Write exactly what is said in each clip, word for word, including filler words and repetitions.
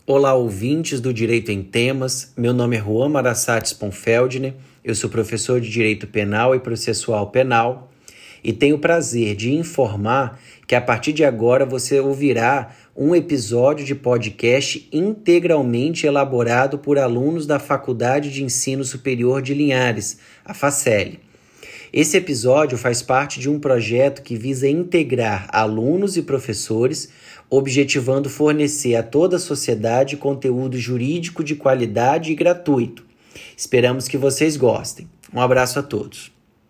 Olá, ouvintes do Direito em Temas. Meu nome é Juan Marassati Sponfeldner, eu sou professor de Direito Penal e Processual Penal e tenho o prazer de informar que a partir de agora você ouvirá um episódio de podcast integralmente elaborado por alunos da Faculdade de Ensino Superior de Linhares, a Faceli. Esse episódio faz parte de um projeto que visa integrar alunos e professores, objetivando fornecer a toda a sociedade conteúdo jurídico de qualidade e gratuito. Esperamos que vocês gostem. Um abraço a todos.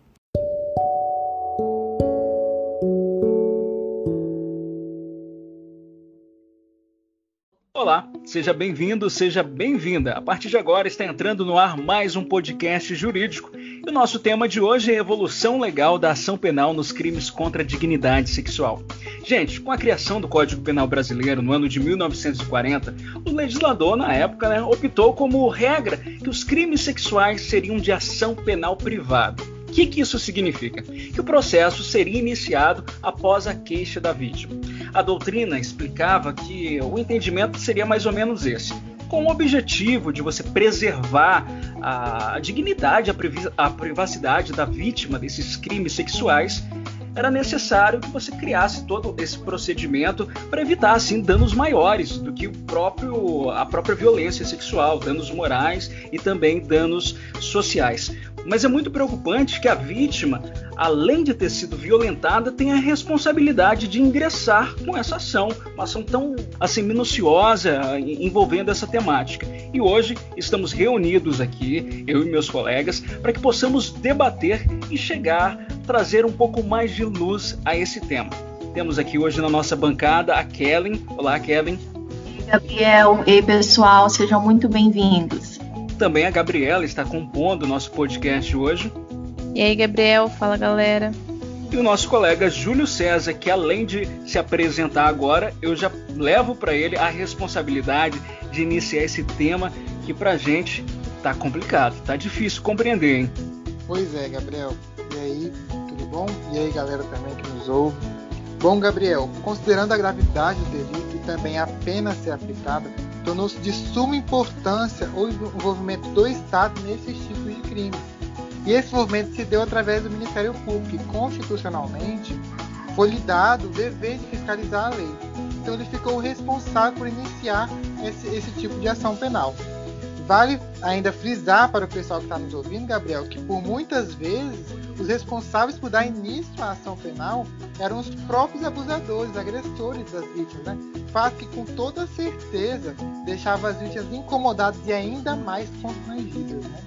Olá, seja bem-vindo, seja bem-vinda. A partir de agora está entrando no ar mais um podcast jurídico. E o nosso tema de hoje é a evolução legal da ação penal nos crimes contra a dignidade sexual. Gente, com a criação do Código Penal Brasileiro no ano de mil novecentos e quarenta, o legislador, na época, né, optou como regra que os crimes sexuais seriam de ação penal privada. O que, que isso significa? Que o processo seria iniciado após a queixa da vítima. A doutrina explicava que o entendimento seria mais ou menos esse, com o objetivo de você preservar a dignidade, a privacidade da vítima desses crimes sexuais. Era necessário que você criasse todo esse procedimento para evitar, assim, danos maiores do que o próprio, a própria violência sexual, danos morais e também danos sociais. Mas é muito preocupante que a vítima, além de ter sido violentada, tenha a responsabilidade de ingressar com essa ação, uma ação tão assim, minuciosa envolvendo essa temática. E hoje estamos reunidos aqui, eu e meus colegas, para que possamos debater e chegar, trazer um pouco mais de luz a esse tema. Temos aqui hoje na nossa bancada a Kellen. Olá, Kellen. Ei, Gabriel. Ei, pessoal. Sejam muito bem-vindos. Também a Gabriela está compondo o nosso podcast hoje. E aí, Gabriel, fala, galera. E o nosso colega Júlio César, que além de se apresentar agora, eu já levo para ele a responsabilidade de iniciar esse tema que pra gente tá complicado, tá difícil compreender, hein? Pois é, Gabriel. E aí, tudo bom? E aí, galera também que nos ouve. Bom, Gabriel, considerando a gravidade do delito e também a pena a ser aplicada, tornou-se de suma importância o envolvimento do Estado nesses tipos de crimes. E esse envolvimento se deu através do Ministério Público, que constitucionalmente foi-lhe dado o dever de fiscalizar a lei. Então ele ficou responsável por iniciar esse, esse tipo de ação penal. Vale ainda frisar para o pessoal que está nos ouvindo, Gabriel, que por muitas vezes os responsáveis por dar início à ação penal eram os próprios abusadores, agressores das vítimas, né? Fato que com toda certeza deixava as vítimas incomodadas e ainda mais constrangidas, né?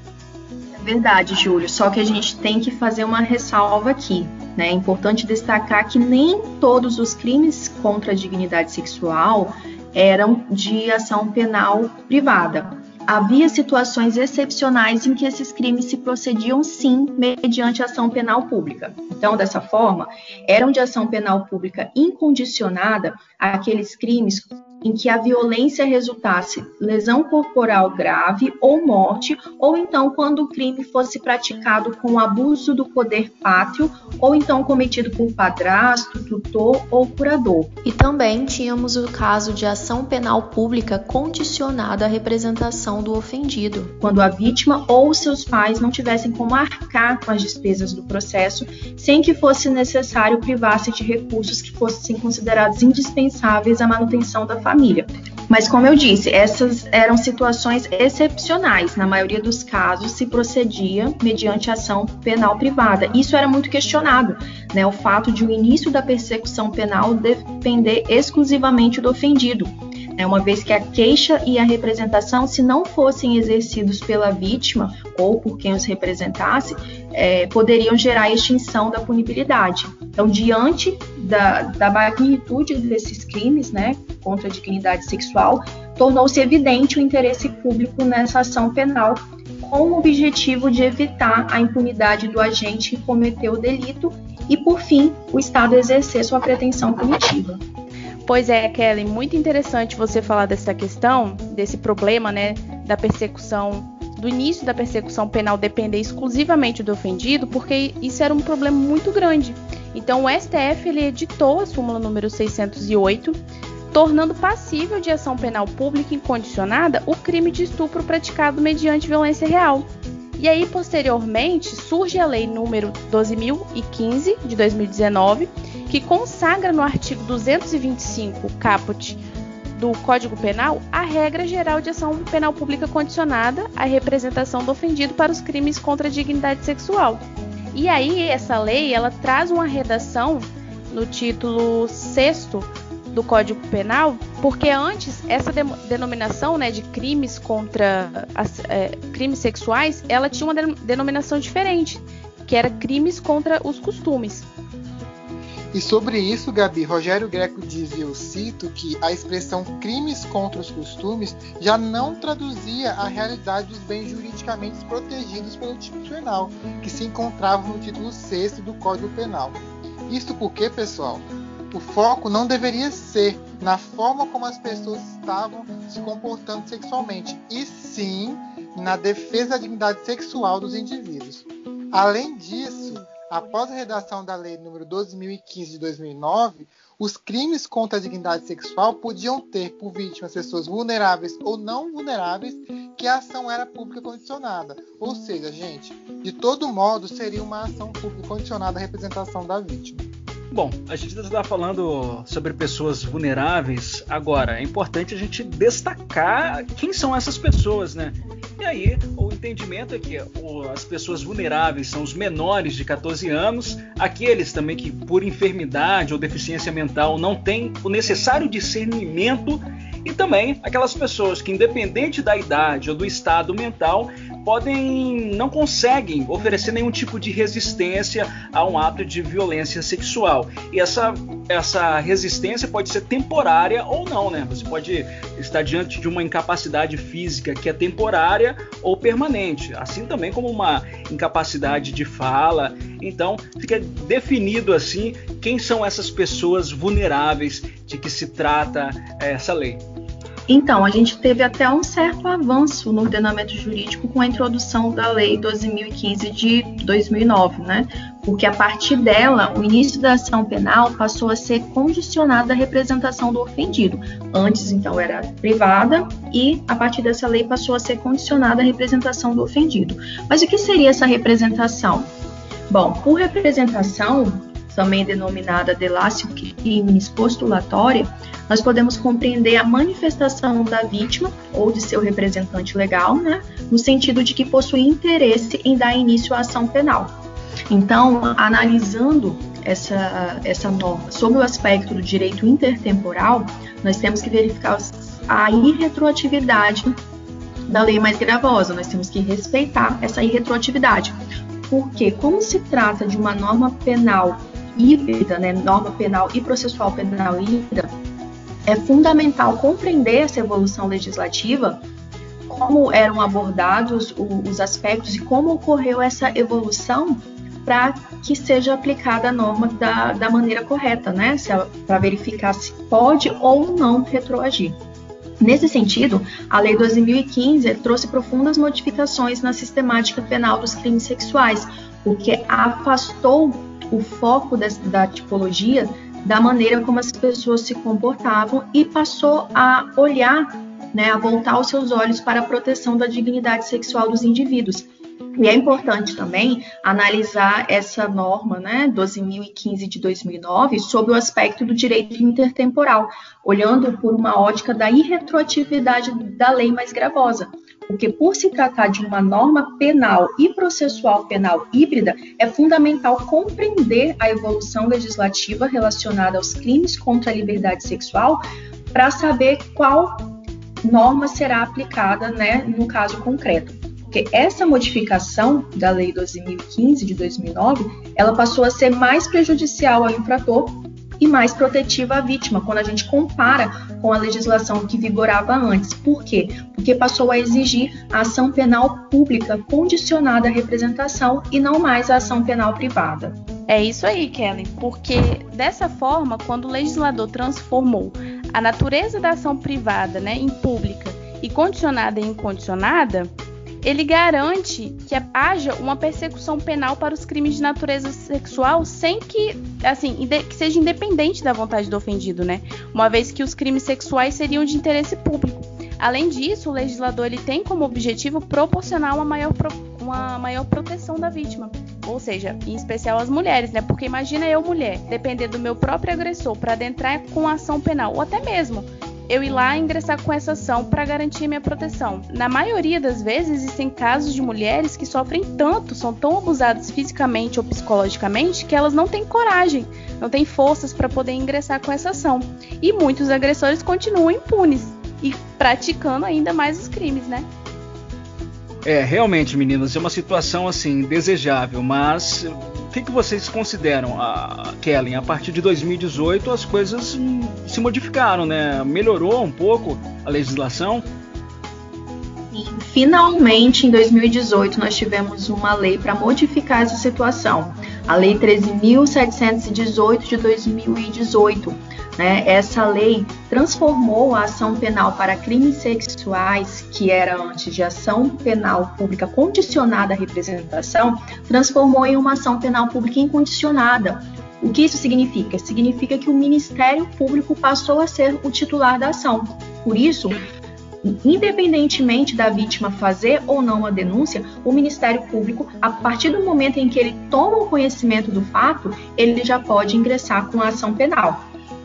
É verdade, Júlio, só que a gente tem que fazer uma ressalva aqui, né? É importante destacar que nem todos os crimes contra a dignidade sexual eram de ação penal privada. Havia situações excepcionais em que esses crimes se procediam, sim, mediante ação penal pública. Então, dessa forma, eram de ação penal pública incondicionada aqueles crimes em que a violência resultasse lesão corporal grave ou morte, ou então quando o crime fosse praticado com abuso do poder pátrio, ou então cometido por padrasto, tutor ou curador. E também tínhamos o caso de ação penal pública condicionada à representação do ofendido, quando a vítima ou seus pais não tivessem como arcar com as despesas do processo, sem que fosse necessário privar-se de recursos que fossem considerados indispensáveis à manutenção da família. Mas, como eu disse, essas eram situações excepcionais. Na maioria dos casos, se procedia mediante ação penal privada. Isso era muito questionado, né? O fato de o início da persecução penal depender exclusivamente do ofendido. É uma vez que a queixa e a representação, se não fossem exercidos pela vítima ou por quem os representasse, é, poderiam gerar a extinção da punibilidade. Então, diante da, da magnitude desses crimes, né, contra a dignidade sexual, tornou-se evidente o interesse público nessa ação penal, com o objetivo de evitar a impunidade do agente que cometeu o delito e, por fim, o Estado exercer sua pretensão punitiva. Pois é, Kelly, muito interessante você falar dessa questão, desse problema, né, da persecução, do início da persecução penal depender exclusivamente do ofendido, porque isso era um problema muito grande. Então, o S T F ele editou a súmula número seiscentos e oito, tornando passível de ação penal pública incondicionada o crime de estupro praticado mediante violência real. E aí, posteriormente, surge a Lei número doze mil e quinze, de dois mil e dezenove, que consagra no artigo duzentos e vinte e cinco, caput, do Código Penal, a regra geral de ação penal pública condicionada à representação do ofendido para os crimes contra a dignidade sexual. E aí, essa lei, ela traz uma redação no título sexto do Código Penal, porque antes essa de, denominação, né, de crimes contra as, é, crimes sexuais, ela tinha uma de, denominação diferente, que era crimes contra os costumes. E sobre isso, Gabi, Rogério Greco diz, e eu cito, que a expressão crimes contra os costumes já não traduzia a realidade dos bens juridicamente protegidos pelo tipo penal, que se encontravam no título sexto do Código Penal. Isso porque, pessoal, o foco não deveria ser na forma como as pessoas estavam se comportando sexualmente, e sim na defesa da dignidade sexual dos indivíduos. Além disso, após a redação da Lei número doze mil e quinze de dois mil e nove, os crimes contra a dignidade sexual podiam ter por vítimas pessoas vulneráveis ou não vulneráveis que a ação era pública condicionada. Ou seja, gente, de todo modo seria uma ação pública condicionada à representação da vítima. Bom, a gente está falando sobre pessoas vulneráveis. Agora, é importante a gente destacar quem são essas pessoas, né? E aí, o entendimento é que as pessoas vulneráveis são os menores de catorze anos, aqueles também que, por enfermidade ou deficiência mental, não têm o necessário discernimento, e também aquelas pessoas que, independente da idade ou do estado mental, podem, não conseguem oferecer nenhum tipo de resistência a um ato de violência sexual. E essa, essa resistência pode ser temporária ou não, né? Você pode estar diante de uma incapacidade física que é temporária ou permanente, assim também como uma incapacidade de fala. Então, fica definido assim quem são essas pessoas vulneráveis de que se trata essa lei. Então, a gente teve até um certo avanço no ordenamento jurídico com a introdução da Lei doze mil e quinze de dois mil e nove, né? Porque a partir dela, o início da ação penal passou a ser condicionado à representação do ofendido. Antes, então, era privada e, a partir dessa lei, passou a ser condicionada à representação do ofendido. Mas o que seria essa representação? Bom, por representação, também denominada delatio criminis postulatória, nós podemos compreender a manifestação da vítima ou de seu representante legal, né, no sentido de que possui interesse em dar início à ação penal. Então, analisando essa, essa norma sob o aspecto do direito intertemporal, nós temos que verificar a irretroatividade da lei mais gravosa, nós temos que respeitar essa irretroatividade. Porque, como se trata de uma norma penal híbrida, né, norma penal e processual penal híbrida, é fundamental compreender essa evolução legislativa, como eram abordados os aspectos e como ocorreu essa evolução para que seja aplicada a norma da, da maneira correta, né? Para verificar se pode ou não retroagir. Nesse sentido, a Lei doze mil e quinze trouxe profundas modificações na sistemática penal dos crimes sexuais, porque afastou o foco da, da tipologia da maneira como as pessoas se comportavam e passou a olhar, né, a voltar os seus olhos para a proteção da dignidade sexual dos indivíduos. E é importante também analisar essa norma, né, doze mil e quinze de dois mil e nove, sob o aspecto do direito intertemporal, olhando por uma ótica da irretroatividade da lei mais gravosa. Porque, por se tratar de uma norma penal e processual penal híbrida, é fundamental compreender a evolução legislativa relacionada aos crimes contra a liberdade sexual para saber qual norma será aplicada, né, no caso concreto. Porque essa modificação da Lei doze mil e quinze de dois mil e nove, ela passou a ser mais prejudicial ao infrator e mais protetiva à vítima, quando a gente compara com a legislação que vigorava antes. Por quê? Porque passou a exigir a ação penal pública condicionada à representação e não mais a ação penal privada. É isso aí, Kelly, porque dessa forma, quando o legislador transformou a natureza da ação privada, né, em pública e condicionada em incondicionada, ele garante que haja uma persecução penal para os crimes de natureza sexual sem que, assim, que seja independente da vontade do ofendido, né? Uma vez que os crimes sexuais seriam de interesse público. Além disso, o legislador ele tem como objetivo proporcionar uma maior, uma maior proteção da vítima, ou seja, em especial as mulheres, né? Porque imagina eu, mulher, depender do meu próprio agressor para adentrar com ação penal, ou até mesmo eu ir lá ingressar com essa ação para garantir minha proteção. Na maioria das vezes, existem casos de mulheres que sofrem tanto, são tão abusadas fisicamente ou psicologicamente, que elas não têm coragem, não têm forças para poder ingressar com essa ação. E muitos agressores continuam impunes e praticando ainda mais os crimes, né? É, realmente, meninas, é uma situação assim desejável, mas o que, que vocês consideram, a Kellen? A partir de dois mil e dezoito as coisas hum, se modificaram, né? Melhorou um pouco a legislação? E, finalmente, em dois mil e dezoito, nós tivemos uma lei para modificar essa situação. A Lei treze mil setecentos e dezoito de dois mil e dezoito. Né? Essa lei transformou a ação penal para crimes sexuais, que era antes de ação penal pública condicionada à representação, transformou em uma ação penal pública incondicionada. O que isso significa? Significa que o Ministério Público passou a ser o titular da ação. Por isso, independentemente da vítima fazer ou não a denúncia, o Ministério Público, a partir do momento em que ele toma o conhecimento do fato, ele já pode ingressar com a ação penal.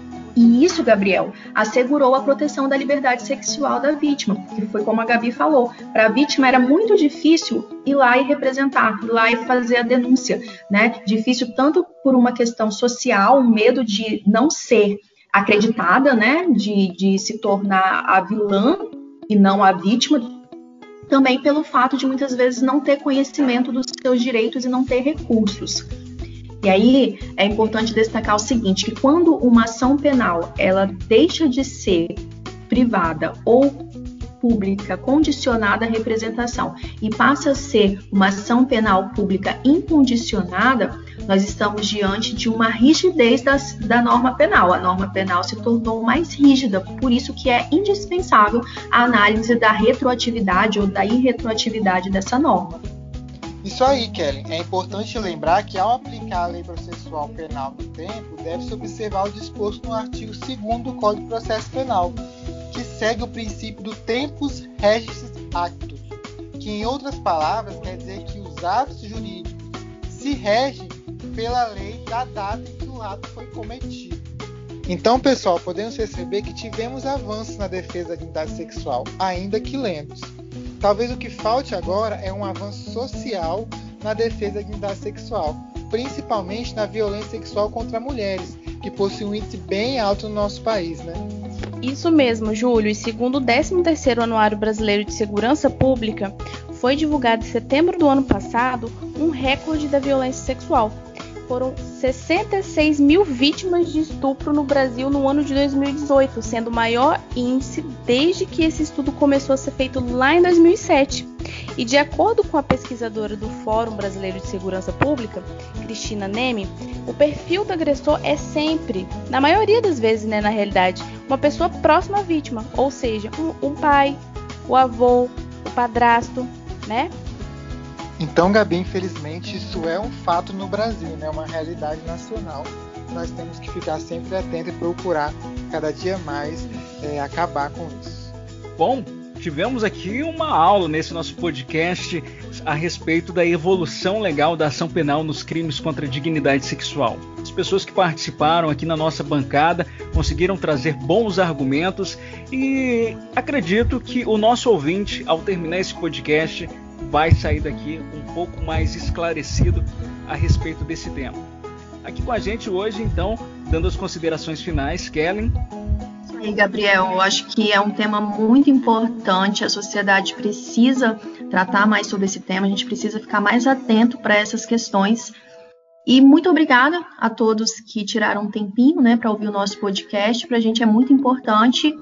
E isso, Gabriel, assegurou a proteção da liberdade sexual da vítima, que foi como a Gabi falou. Para a vítima era muito difícil ir lá e representar, ir lá e fazer a denúncia, né? Difícil tanto por uma questão social, um medo de não ser acreditada, né? De, de se tornar a vilã e não a vítima, também pelo fato de muitas vezes não ter conhecimento dos seus direitos e não ter recursos. E aí é importante destacar o seguinte, que quando uma ação penal ela deixa de ser privada ou pública condicionada à representação e passa a ser uma ação penal pública incondicionada, nós estamos diante de uma rigidez das, da norma penal. A norma penal se tornou mais rígida, por isso que é indispensável a análise da retroatividade ou da irretroatividade dessa norma. Isso aí, Kellen. É importante lembrar que, ao aplicar a Lei Processual Penal no tempo, deve-se observar o disposto no artigo segundo do Código de Processo Penal, que segue o princípio do tempus regis actus, que, em outras palavras, quer dizer que os atos jurídicos se regem pela lei da data em que o ato foi cometido. Então, pessoal, podemos perceber que tivemos avanços na defesa da dignidade sexual, ainda que lentos. Talvez o que falte agora é um avanço social na defesa da dignidade sexual, principalmente na violência sexual contra mulheres, que possui um índice bem alto no nosso país, né? Isso mesmo, Júlio. E segundo o décimo terceiro Anuário Brasileiro de Segurança Pública, foi divulgado em setembro do ano passado um recorde da violência sexual. Foram sessenta e seis mil vítimas de estupro no Brasil no ano de dois mil e dezoito, sendo o maior índice desde que esse estudo começou a ser feito lá em dois mil e sete. E de acordo com a pesquisadora do Fórum Brasileiro de Segurança Pública, Cristina Neme, o perfil do agressor é sempre, na maioria das vezes, né, na realidade, uma pessoa próxima à vítima, ou seja, um, um pai, o avô, o padrasto, né? Então, Gabi, infelizmente, isso é um fato no Brasil, né? Uma realidade nacional. Nós temos que ficar sempre atentos e procurar cada dia mais é, acabar com isso. Bom, tivemos aqui uma aula nesse nosso podcast a respeito da evolução legal da ação penal nos crimes contra a dignidade sexual. As pessoas que participaram aqui na nossa bancada conseguiram trazer bons argumentos e acredito que o nosso ouvinte, ao terminar esse podcast, vai sair daqui um pouco mais esclarecido a respeito desse tema. Aqui com a gente hoje, então, dando as considerações finais, Kellen. Isso aí, Gabriel. Eu acho que é um tema muito importante. A sociedade precisa tratar mais sobre esse tema. A gente precisa ficar mais atento para essas questões. E muito obrigada a todos que tiraram um tempinho, né, para ouvir o nosso podcast. Para a gente é muito importante.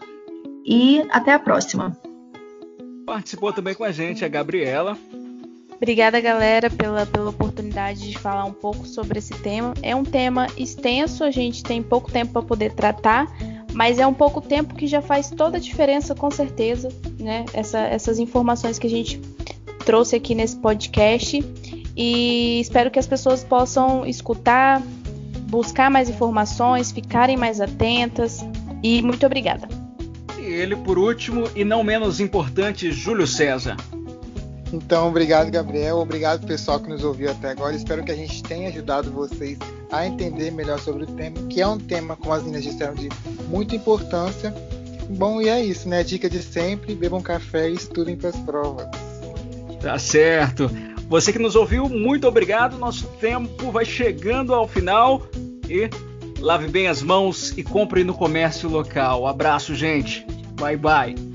E até a próxima. Participou também com a gente a Gabriela. Obrigada, galera, pela, pela oportunidade de falar um pouco sobre esse tema. É um tema extenso, a gente tem pouco tempo para poder tratar, mas é um pouco tempo que já faz toda a diferença, com certeza, né? Essa, essas informações que a gente trouxe aqui nesse podcast e espero que as pessoas possam escutar, buscar mais informações, ficarem mais atentas e muito obrigada. E ele, por último e não menos importante, Júlio César. Então, obrigado, Gabriel. Obrigado, pessoal que nos ouviu até agora. Espero que a gente tenha ajudado vocês a entender melhor sobre o tema, que é um tema, como as meninas disseram, de muita importância. Bom, e é isso, né? Dica de sempre, bebam café e estudem para as provas. Tá certo. Você que nos ouviu, muito obrigado. Nosso tempo vai chegando ao final. E lave bem as mãos e compre no comércio local. Abraço, gente. Bye, bye.